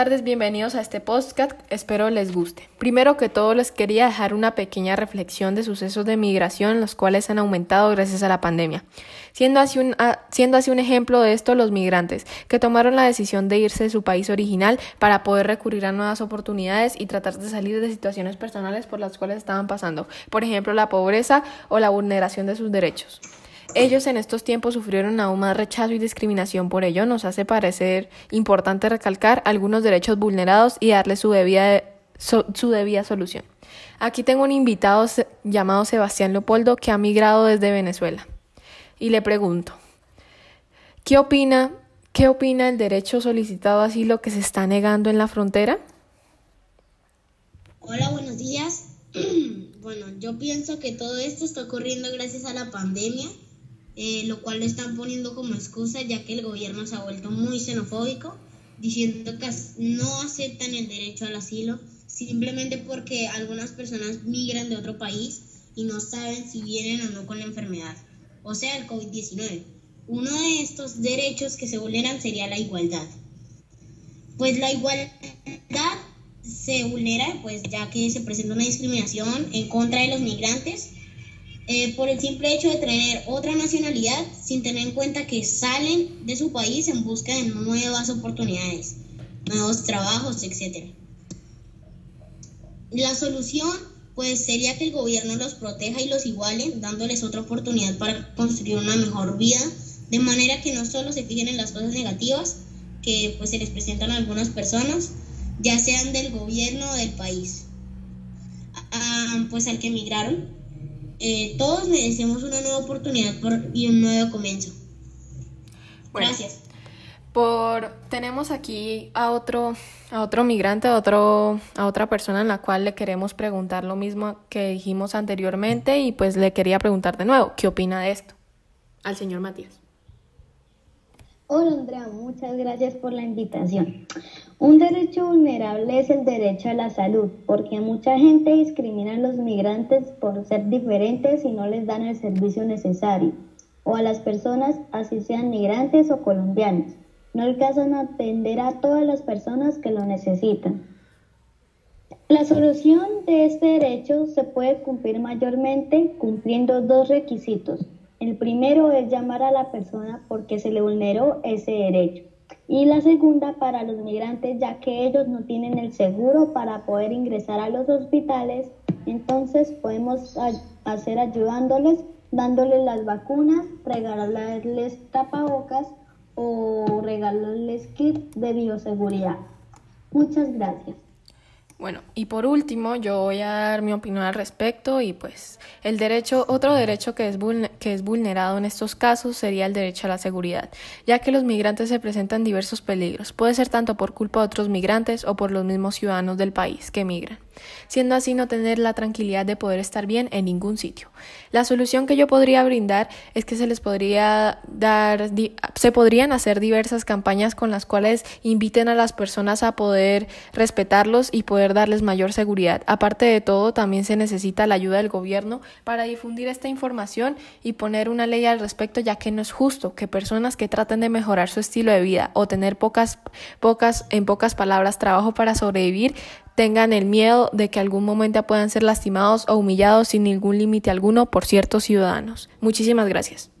Buenas tardes, bienvenidos a este podcast, espero les guste. Primero que todo les quería dejar una pequeña reflexión de sucesos de migración los cuales han aumentado gracias a la pandemia. Siendo así un ejemplo de esto los migrantes, que tomaron la decisión de irse de su país original para poder recurrir a nuevas oportunidades y tratar de salir de situaciones personales por las cuales estaban pasando, por ejemplo la pobreza o la vulneración de sus derechos. Ellos en estos tiempos sufrieron aún más rechazo y discriminación, por ello nos hace parecer importante recalcar algunos derechos vulnerados y darle su debida solución. Aquí tengo un invitado llamado Sebastián Leopoldo que ha migrado desde Venezuela y le pregunto, ¿qué opina el derecho solicitado a asilo que se está negando en la frontera? Hola, buenos días. Bueno, yo pienso que todo esto está ocurriendo gracias a la pandemia. Lo cual lo están poniendo como excusa, ya que el gobierno se ha vuelto muy xenofóbico, diciendo que no aceptan el derecho al asilo simplemente porque algunas personas migran de otro país y no saben si vienen o no con la enfermedad, o sea, el COVID-19. Uno de estos derechos que se vulneran sería la igualdad. Pues la igualdad se vulnera, pues ya que se presenta una discriminación en contra de los migrantes, por el simple hecho de tener otra nacionalidad, sin tener en cuenta que salen de su país en busca de nuevas oportunidades, nuevos trabajos, etc. La solución pues sería que el gobierno los proteja y los iguale, dándoles otra oportunidad para construir una mejor vida, de manera que no solo se fijen en las cosas negativas que pues se les presentan a algunas personas, ya sean del gobierno o del país, pues al que emigraron. Todos merecemos una nueva oportunidad y un nuevo comienzo. Bueno, gracias. Tenemos aquí a otro migrante, a otra persona en la cual le queremos preguntar lo mismo que dijimos anteriormente y pues le quería preguntar de nuevo, ¿qué opina de esto? Al señor Matías. Hola Andrea, muchas gracias por la invitación. Un derecho vulnerable es el derecho a la salud, porque mucha gente discrimina a los migrantes por ser diferentes y no les dan el servicio necesario, o a las personas, así sean migrantes o colombianos, no alcanzan a atender a todas las personas que lo necesitan. La solución de este derecho se puede cumplir mayormente cumpliendo dos requisitos. El primero es llamar a la persona porque se le vulneró ese derecho. Y la segunda para los migrantes, ya que ellos no tienen el seguro para poder ingresar a los hospitales, entonces podemos hacer ayudándoles, dándoles las vacunas, regalarles tapabocas o regalarles kits de bioseguridad. Muchas gracias. Bueno, y por último, yo voy a dar mi opinión al respecto y pues otro derecho que es vulnerado en estos casos sería el derecho a la seguridad, ya que los migrantes se presentan diversos peligros, puede ser tanto por culpa de otros migrantes o por los mismos ciudadanos del país que migran, siendo así no tener la tranquilidad de poder estar bien en ningún sitio. La solución que yo podría brindar es que se podrían hacer diversas campañas con las cuales inviten a las personas a poder respetarlos y poder darles mayor seguridad. Aparte de todo, también se necesita la ayuda del gobierno para difundir esta información y poner una ley al respecto, ya que no es justo que personas que traten de mejorar su estilo de vida o tener en pocas palabras trabajo para sobrevivir tengan el miedo de que algún momento puedan ser lastimados o humillados sin ningún límite alguno por ciertos ciudadanos. Muchísimas gracias.